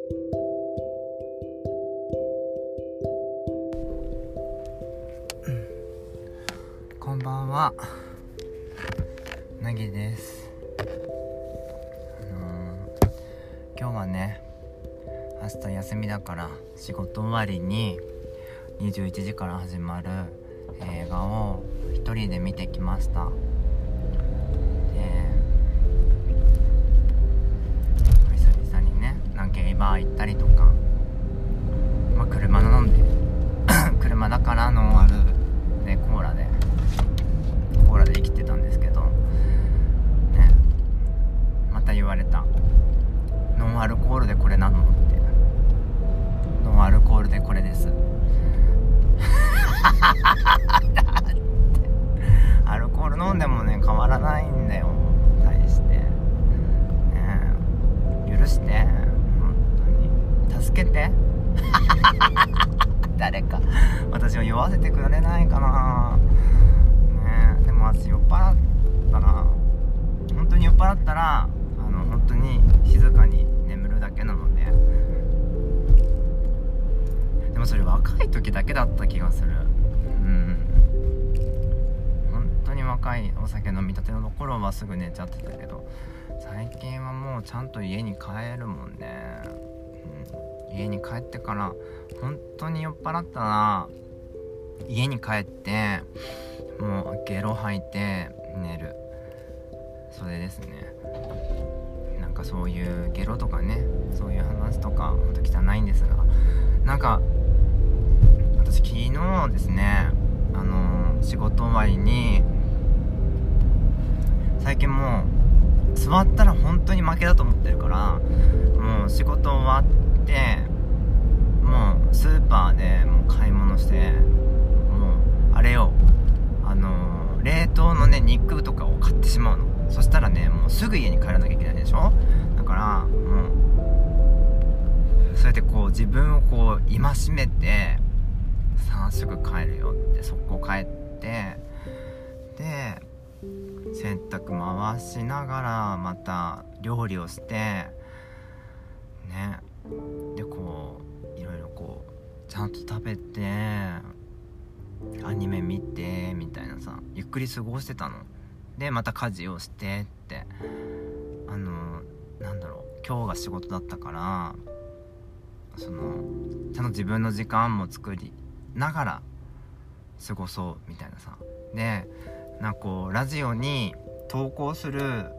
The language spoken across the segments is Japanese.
こんばんは、なぎです。今日はね、明日休みだから仕事終わりに21時から始まる映画を一人で見てきました。久々にね、ゲイバー行ったりとか、車なんで車だからノンアルでコーラで生きてたんですけどね。また言われた。ノンアルコールでこれなのって。ノンアルコールでこれですだってアルコール飲んでもね変わらないんだよ。対してね、許して、本当に助けて誰か私を酔わせてくれないかなね。でも私酔っ払ったら、本当に酔っ払ったら本当に静かに眠るだけなので。でもそれ若い時だけだった気がする。本当に若いお酒飲みたての頃はすぐ寝ちゃってたけど、最近はもうちゃんと家に帰るもんね。家に帰ってから本当に酔っ払ったら家に帰ってもうゲロ吐いて寝る。それですね。そういうゲロとかね、そういう話とか本当汚いんですが、私昨日ですね、仕事終わりに、最近もう座ったら本当に負けだと思ってるから、もう仕事終わってもうスーパーでもう買い物して、もうあれよ、冷凍のね肉とかを買ってしまうの。そしたらね、もうすぐ家に帰らなきゃいけないでしょ。だからもうそうやってこう自分をこう戒めて、さあすぐ帰るよって速攻帰って、で洗濯回しながらまた料理をしてね、でこういろいろこうちゃんと食べてアニメ見てみたいなさ、ゆっくり過ごしてたので、また家事をしてって、今日が仕事だったから、ちゃんと自分の時間も作りながら過ごそうみたいなさ。でこうラジオに投稿する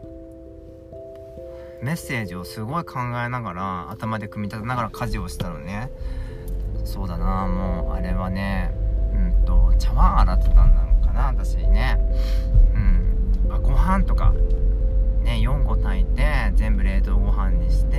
メッセージをすごい考えながら、頭で組み立てながら家事をしたのね。そうだな、もうあれはね、茶碗洗ってたんだかな、私ね。ご飯とかね、4個炊いて全部冷凍ご飯にして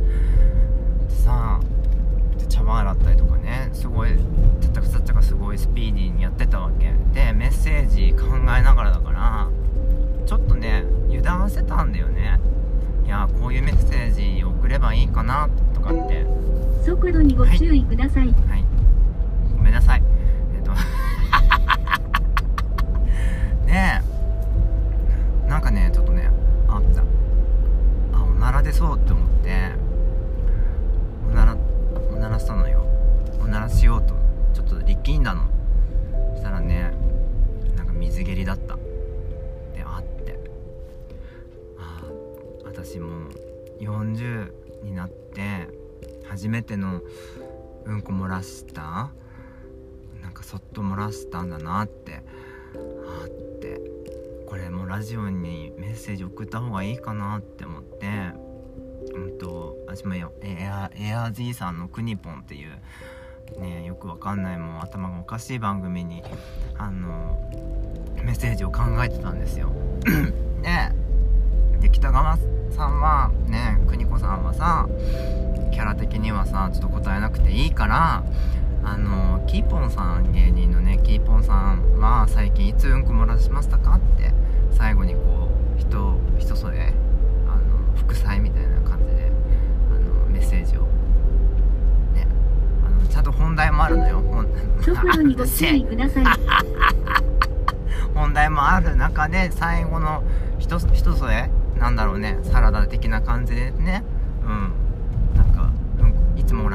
さ、で茶碗洗ったりとかね、すごいちゃっちゃかちゃっちゃかすごいスピーディーにやってたわけで、メッセージ考えながらだからちょっとね油断してたんだよね。いや、こういうメッセージ送ればいいかなとかって。 速度にご注意ください。 はい、ごめんなさい。ね、ちょっとね、おなら出そうって思っておならしたのよ。おならしようとちょっと力んだの。そしたらね、水蹴りだったで、私も40になって初めてのうんこ漏らした、そっと漏らしたんだなってこれもうラジオにメッセージ送った方がいいかなって思って、私もエアー G さんのクニポンっていうね、よくわかんない、もう頭がおかしい番組にメッセージを考えてたんですよで北川さんはね、邦子さんはさ、キャラ的にはさちょっと答えなくていいから、キーポンさん、芸人のねキーポンさんは最近いつうんこ漏らしましたかって最後にこう人それ副菜みたいな感じでメッセージをね、ちゃんと本題もあるのよ。 速度にご注意ください本題もある中で最後の人それサラダ的な感じでね、うん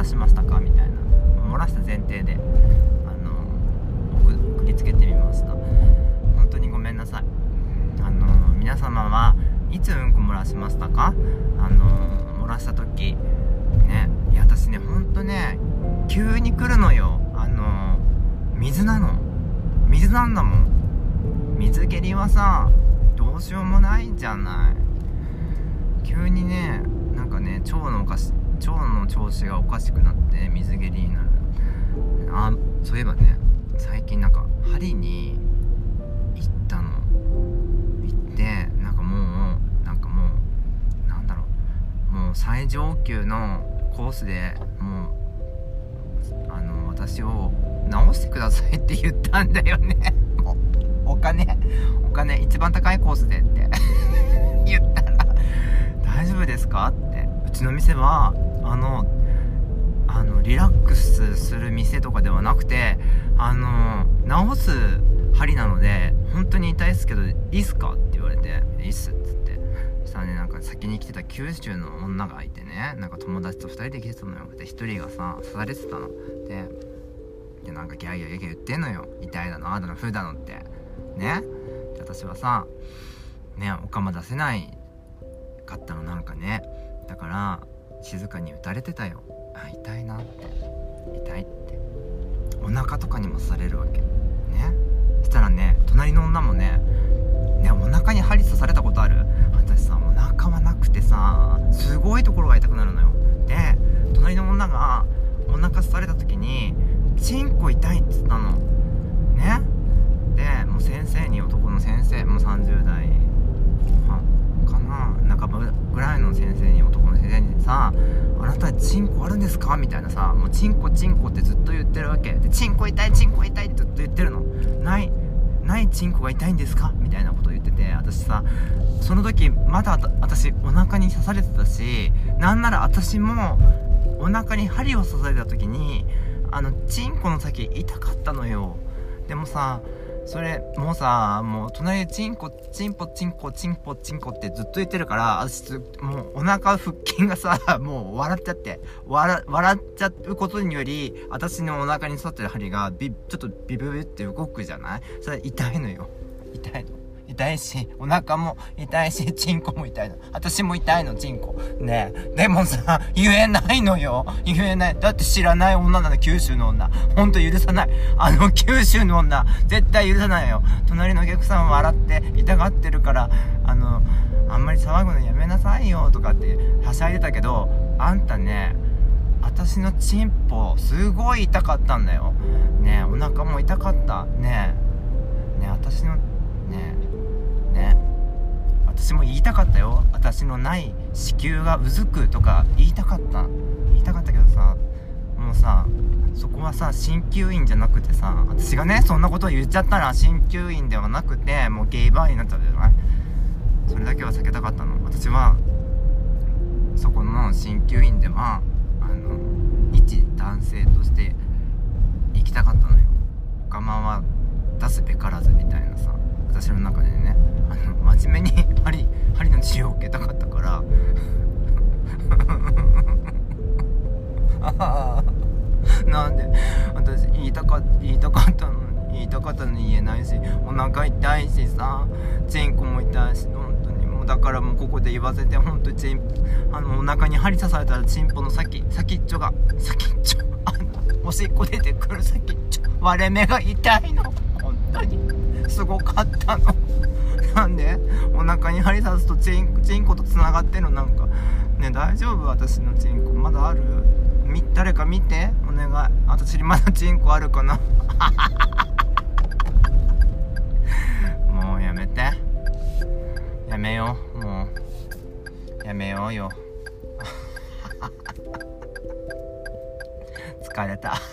らしましたかみたいな、漏らした前提で送りつけてみました。本当にごめんなさい。皆様はいつうんこ漏らしましたか？漏らした時ね、いや私ねほんとね急に来るのよ。水なんだもん。水蹴りはさどうしようもないじゃない。急にねなんかね腸の調子がおかしくなって水蹴りになる。そういえばね最近なんか針に行ってなんかもうなんだろう、もう最上級のコースでもう私を直してくださいって言ったんだよね。もうお金一番高いコースでって言ったら大丈夫ですかって。うちの店はリラックスする店とかではなくて直す針なので本当に痛いっすけどいいっすかって言われて、いいっすっつって、そしたらねなんか先に来てた九州の女がいてね、なんか友達と2人で来てたのよ。で1人がさ刺されてたのでなんかギャーギャー言ってんのよ。痛いだのああだのふうだのってね。で私はさねおかま出せないかったのなんかね。だから静かに打たれてたよ。痛いなって痛いってお腹とかにも刺されるわけね。したらね隣の女もねお腹に針刺されたことある？私さお腹はなくてさすごいところが痛くなるのよ。で隣の女がお腹刺された時にチンコ痛いって言ったのね。でもう先生に、男の先生もう30代後半かな半ばぐらいの先生に、男の先生にさ、あなたチンコあるんですかみたいなさ、もうチンコってずっと言ってるわけで、チンコ痛いってずっと言ってるの。ないチンコが痛いんですかみたいなことを言ってて、私さその時まだ私お腹に刺されてたし、なんなら私もお腹に針を刺された時にチンコの先痛かったのよ。でもさそれもうさもう隣でチンポってずっと言ってるから、私もうお腹腹筋がさもう笑っちゃって笑っちゃうことにより私のお腹に刺さってる針がちょっとビブって動くじゃない。それ痛いのよ。痛いしお腹も痛いしチンコも痛いの。私も痛いのチンコね。でもさ言えないのよ。だって知らない女なの。九州の女ほんと許さない。九州の女絶対許さないよ。隣のお客さん笑って痛がってるからあんまり騒ぐのやめなさいよとかってはしゃいでたけど、あんたね私のチンポすごい痛かったんだよね。お腹も痛かったね。私の私も言いたかったよ。私のない子宮がうずくとか言いたかったけどさ、もうさそこはさ鍼灸院じゃなくてさ、私がねそんなことを言っちゃったら鍼灸院ではなくてもうゲイバーになっちゃうじゃない。それだけは避けたかったの。私はそこの鍼灸院では一男性として生きたかったのよ。おかまは出すべからずみたいなさ、私の中でね真面目に針の治療を受けたかったからなんで私言いたかったのに言えないし、お腹痛いしさチンコも痛いし、本当にもうだからもうここで言わせて、本当にお腹に針刺されたらチンポの先っちょおしっこ出てくる先っちょ割れ目が痛いの。本当にすごかったの。なんでお腹に針刺すとチンコとつながってるの。なんかね大丈夫？私のチンコまだある？誰か見てお願い。私まだチンコあるかなもうやめて。やめよう。もうやめようよ疲れた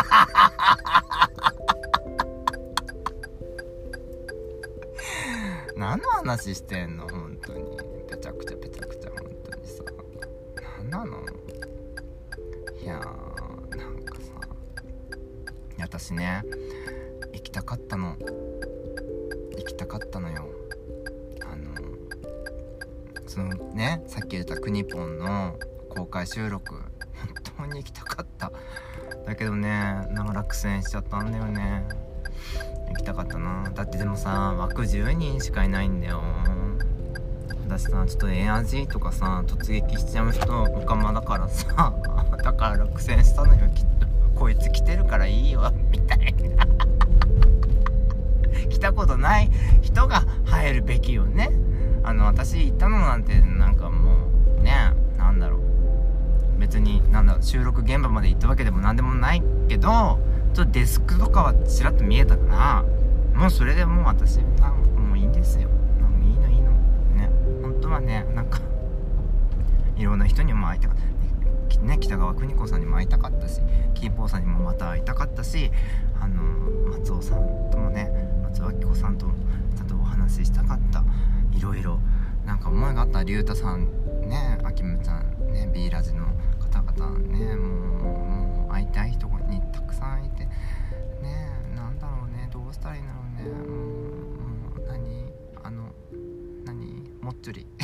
何の話してんの本当に。ぺちゃくちゃ本当にさ何なの。いやーなんかさ私ね行きたかったのよ。そのねさっき言ったくにぽんの公開収録本当に行きたかった。だけどね、なんか落選しちゃったんだよね。行きたかったな。だってでもさ、枠10人しかいないんだよ。私さ、ちょっとエアジーとかさ突撃しちゃう人オカマだからさだから落選したのよ、きっと。こいつ来てるからいいよみたいな来たことない人が入るべきよね。私行ったのなんてなんかもうね、なんだろう、別に収録現場まで行ったわけでもなんでもないけど、ちょっとデスクとかはちらっと見えたから、もうそれでもう私なんかもういいんですよ。いいのね。本当はね、なんかいろんな人にも会いたかったね。北川邦子さんにも会いたかったし、キーポーさんにもまた会いたかったし、松尾さんともね、松尾明子さんともちゃんとお話ししたかった。いろいろなんか思いがあった。龍太さんね、あきむちゃんね、 B ラジの方々ね、もう会いたい人にたくさんいてね、なんだろうね、どうしたらいいんだろうね。もう何もっちょり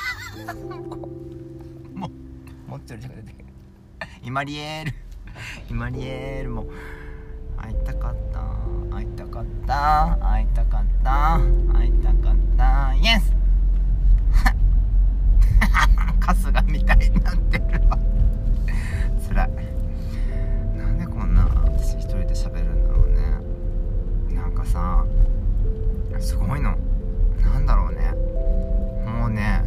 もっちょりとか出てくるイマリエールも会いたかったイエス春日みたいになってるわつらい。なんでこんな私一人で喋るんだろうね。なんかさ、すごいの、なんだろうね、もうね、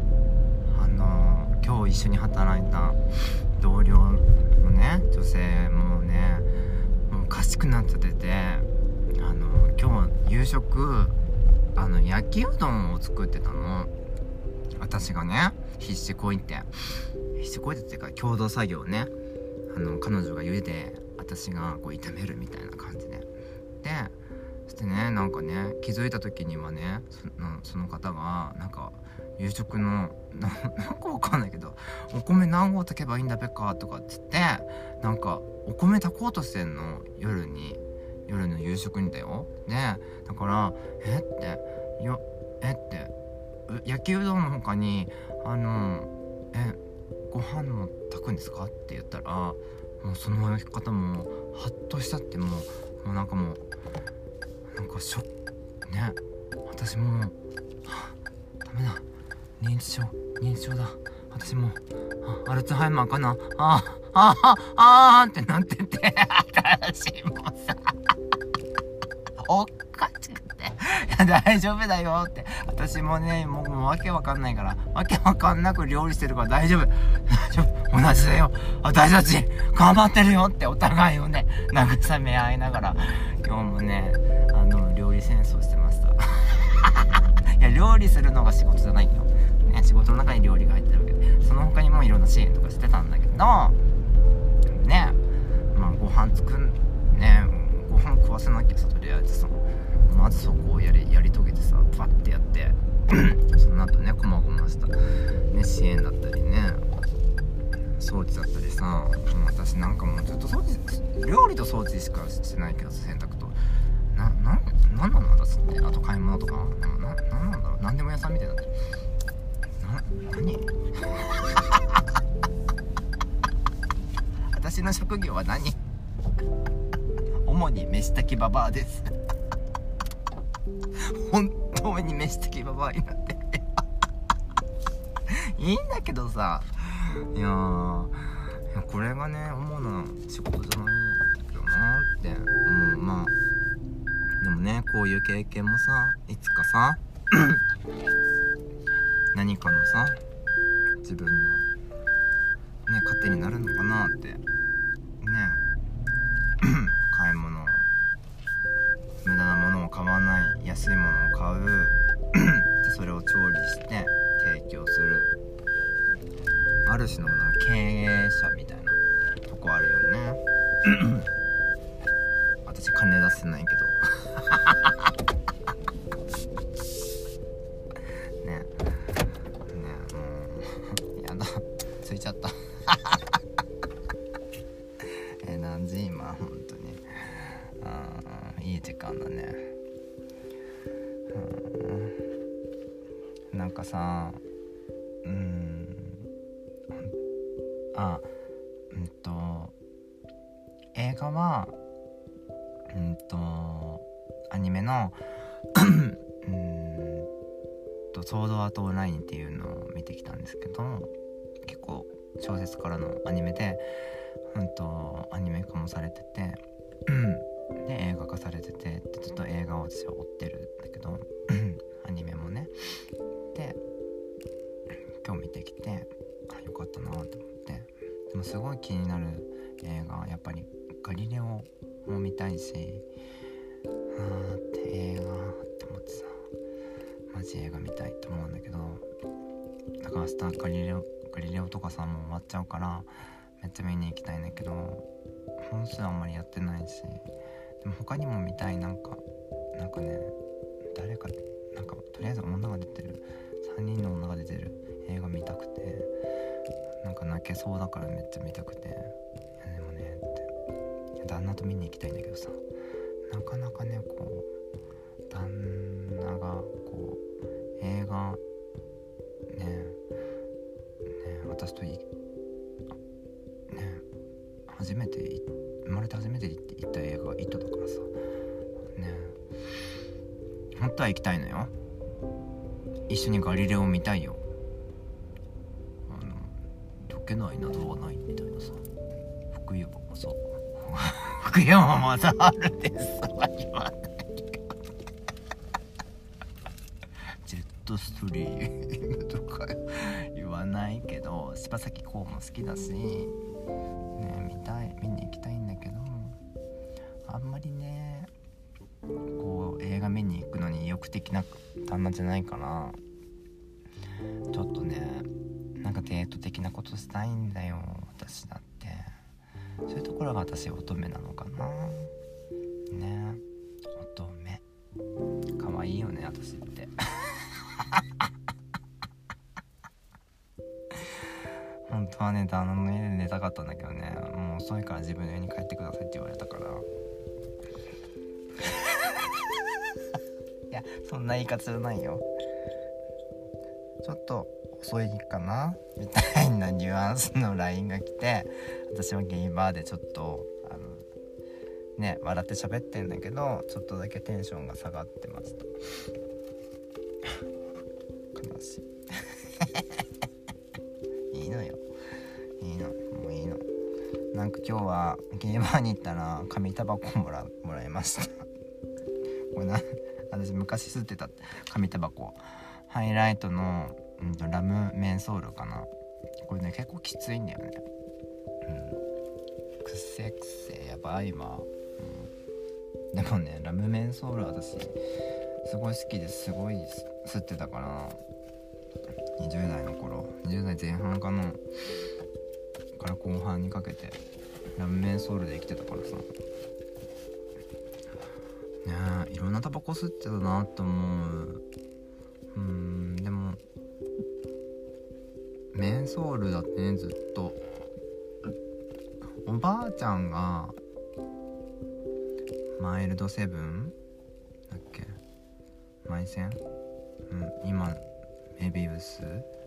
今日一緒に働いた同僚のね、女性もね、もうおかしくなっちゃってて、今日夕食焼きうどんを作ってたの。私がね、必死こいてっていうか共同作業ね、彼女が茹で、私がこう炒めるみたいな感じで、そしてね、なんかね、気づいた時にはね、その方がなんか夕食のなんかわかんないけど、お米何合炊けばいいんだべかとかっつって、なんかお米炊こうとしてんの、夜の夕食にだよ。でだから焼きうどんの他にご飯も炊くんですかって言ったら、もうその方もハッとしちゃって、もうなんかショックね。私もう、ダメだ、認知症だ、私もアルツハイマーかな、ってなってて私もさおかしくて、いや大丈夫だよって、私もね、もうわけわかんないから、わけわかんなく料理してるから大丈夫同じだよ、私たち頑張ってるよってお互いをね慰め合いながら、今日もね料理戦争してましたいや、料理するのが仕事じゃないよ、ね、仕事の中に料理が入ってるわけで、その他にもいろんな支援とかしてたんだけどね、ご飯作んね、ご飯食わせなきゃさ、とりあえずさ、まずそこをやり遂げてさ、バッてやってその後ね、こまごましたね、支援だったりね、掃除だったりさ、もう私なんかもうずっと料理と掃除しかしてないけど、洗濯となんなの私って、あと買い物とかなんなんだろう、なんでも屋さんみたいになってる。何私の職業は何主に飯炊きババアです本当に飯炊きババアになってていいんだけどさ、いやこれがね主な仕事じゃないんだけどなって。でもね、こういう経験もさ、いつかさ何かのさ、自分のね糧になるのかなってね。買い物、無駄なものを買わない、安いものを買うでそれを調理して提供する、ある種の経営者みたいなとこあるよね私金出せないけどねもうやだ、ついちゃった何時今、本当にいい時間だね。なんかさ、 映画はアニメのソードアートオンラインっていうのを見てきたんですけど、結構小説からのアニメでアニメ化もされててで映画化されてて、でちょっと映画を私は追ってるんだけどアニメもね。で今日見てきてよかったなと思って。でもすごい気になる映画、やっぱりガリレオも見たいし、って映画って思ってさ、マジ映画見たいと思うんだけど、だから明日ガリレオとかさもう終わっちゃうからめっちゃ見に行きたいんだけど、本数あんまりやってないし、でも他にも見たい、なんかね、誰かなんかとりあえず女が出てる3人の女が出てる映画見たくて、なんか泣けそうだからめっちゃ見たくて、いやでもねって旦那と見に行きたいんだけどさ、なかなかねこう旦那がこう映画ね私と初めて生まれて初めて行った映画がイットだからさね、本当は行きたいのよ。一緒にガリレオ見たいよ。解けない謎はないみたいなさ、福山雅治福山雅治ですとは言わないジェットストリームとか言わないけど、柴咲コウも好きだしね、見に行きたいんだけど、あんまりねこう映画見に行くのに意欲的な旦那じゃないから、ちょっとねなんかデート的なことしたいんだよ私だって。そういうところが私乙女なのかなね。乙女かわいいよね私って本当はね旦那の家で寝たかったんだけどね、もう遅いから自分の家に帰ってくださいって言われたからいやそんな言い方じゃないよ、ちょっと遅いかなみたいなニュアンスの LINE が来て、私はゲイバーでちょっと笑って喋ってんだけど、ちょっとだけテンションが下がってました悲しいいいのよ、もういいの。なんか今日はゲイバーに行ったら紙タバコもらいましたこれ私昔吸ってた紙タバコ、ハイライトのラムメンソールかな。これね結構きついんだよね。くせやばいわ。でもねラムメンソール私すごい好きですごい吸ってたから、20代の頃、20代前半から後半にかけてラムメンソールで生きてたからさね、いろんなタバコ吸ってたなと思う。でもメンソールだってね、ずっとおばあちゃんがマイルドセブンだっけ、マイセン、今メビウス、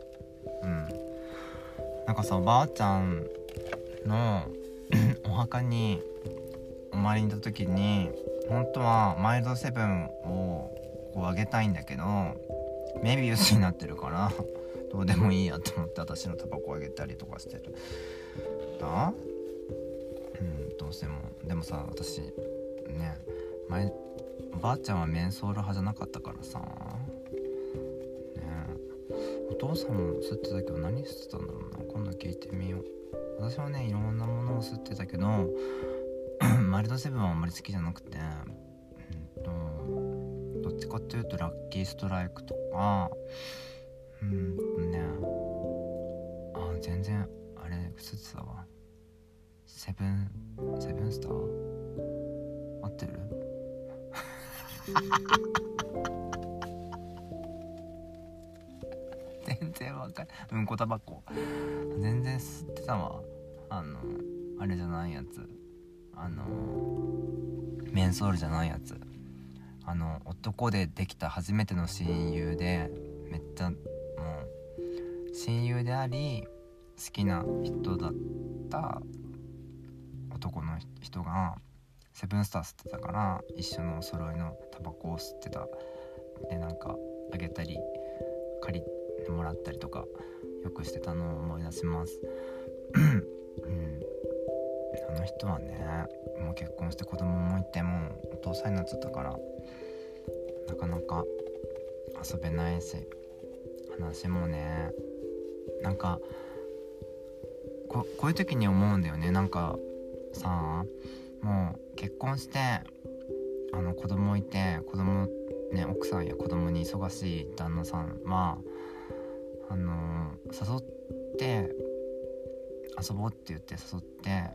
なんかさおばあちゃんのお墓にお参りに行った時に本当はマイルドセブンをこうあげたいんだけどメビウスになってるからどうでもいいやと思って私のタバコあげたりとかしてるだ。どうせもでもさ私ねおばあちゃんはメンソール派じゃなかったからさね、お父さんも吸ってたけど何吸ってたんだろうな、今度聞いてみよう。私はねいろんなものを吸ってたけどマイルドセブンはあんまり好きじゃなくて、どっちかっていうとラッキーストライクとか全然あれ吸ってたわ。セブンスター合ってる全然わかんない。うんこタバコ全然吸ってたわ。あれじゃないやつ、メンソールじゃないやつ、男でできた初めての親友でめっちゃもう親友であり好きな人だった男の人がセブンスター吸ってたから一緒のお揃いのタバコを吸ってた。でなんかあげたり借りてもらったりとかよくしてたのを思い出しますあの人はねもう結婚して子供もいてもうお父さんになっちゃったからなかなか遊べないし、話もねなんかこういう時に思うんだよね。なんかさもう結婚して子供いて子供ね奥さんや子供に忙しい旦那さんは誘って遊ぼうって言って誘って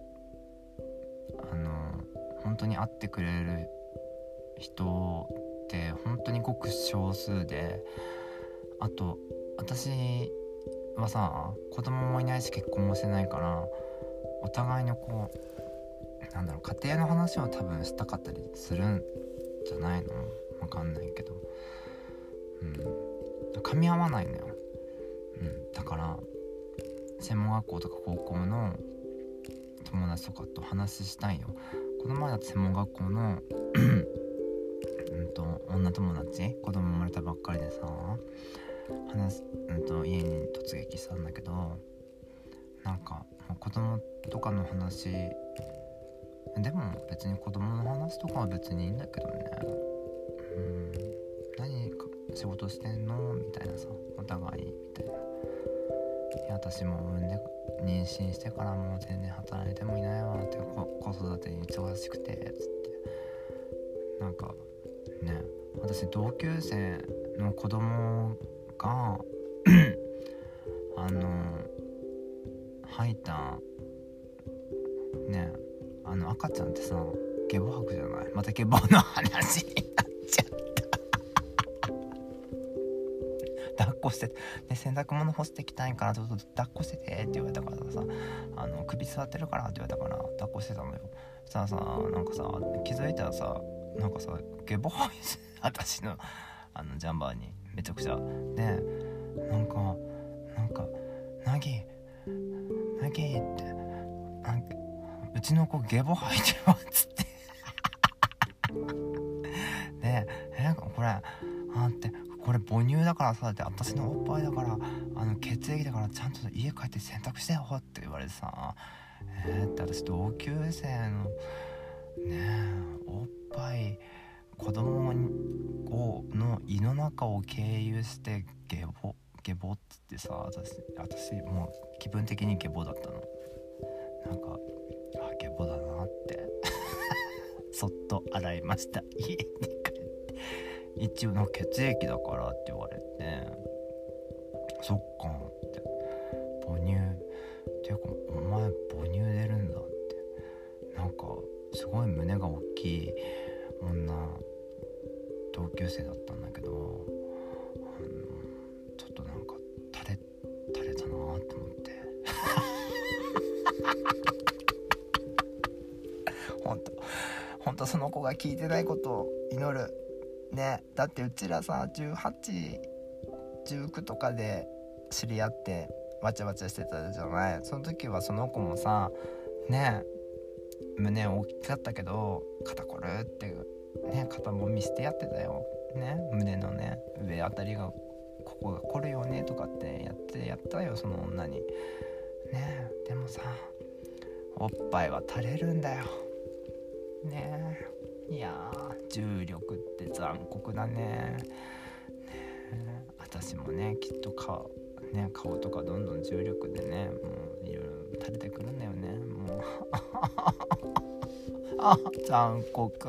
本当に会ってくれる人って本当にごく少数で、あと私はさ子供もいないし結婚もしてないからお互いのこうなんだろう家庭の話を多分したかったりするんじゃないのわかんないけど、噛み合わないのよ。だから専門学校とか高校の友達とかと話したいよ。この前だと専門学校の女友達子供生まれたばっかりでさ家に突撃したんだけど、なんかもう子供とかの話でも別に子供の話とかは別にいいんだけどね。何か仕事してんのみたいなさ、お互いみたいな。いや私も産んで妊娠してからもう全然働いてもいないわって、子育てに忙しくてつってなんかね、私同級生の子供が吐いたね赤ちゃんってさ下母吐くじゃない。また下母の話になっちゃった抱っこしてで洗濯物干してきたいからちょっと抱っこしててって言われたからさ首座ってるからって言われたから抱っこしてたのよ。そしたらさなんかさ気づいたらさなんかさ下母吐いて私のジャンバーにめちゃくちゃでなんかナギってうちの子下母吐いてるわっつってでこれってこれ母乳だからさって私のおっぱいだから血液だからちゃんと家帰って洗濯してよって言われてさって私同級生のねおっぱい子供の胃の中を経由して下母っつってさ私もう気分的に下母だったの。なんか下母だなってそっと洗いました家に帰って一応の血液だからって言われてそっかって母乳っていうかお前母乳出るんだってなんかすごい胸が大きい女同級生だったんだけどちょっとなんか垂れたなと思ってほんとその子が聞いてないことを祈るね。だってうちらさ18、19とかで知り合ってわちゃわちゃしてたじゃない。その時はその子もさね胸大きかったけど肩こるってね肩もみしてやってたよね。胸のね上あたりがここが凝るよねとかってやったよその女にね。でもさおっぱいは垂れるんだよね。いや重力って残酷だね。私もねきっと顔とかどんどん重力でねもういろいろ垂れてくるんだよね。もう残酷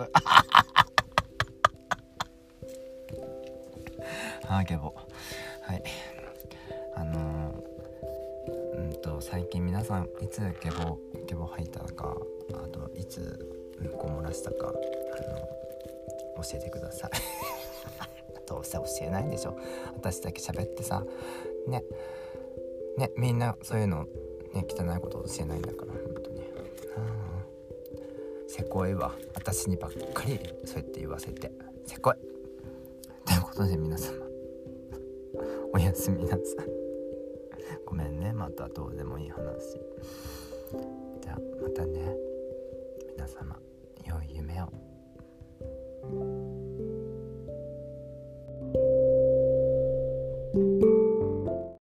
下母はい最近皆さんいつ下母吐いたかあといつうんこ漏らしたか教えてくださいどうせ教えないんでしょ。私だけ喋ってさねみんなそういうのね汚いこと教えないんだから本当にせこいわ。私にばっかりそうやって言わせてせこいということで皆様おやすみなさい。ごめんねまたどうでもいい話。じゃあまたね。 様良い夢を。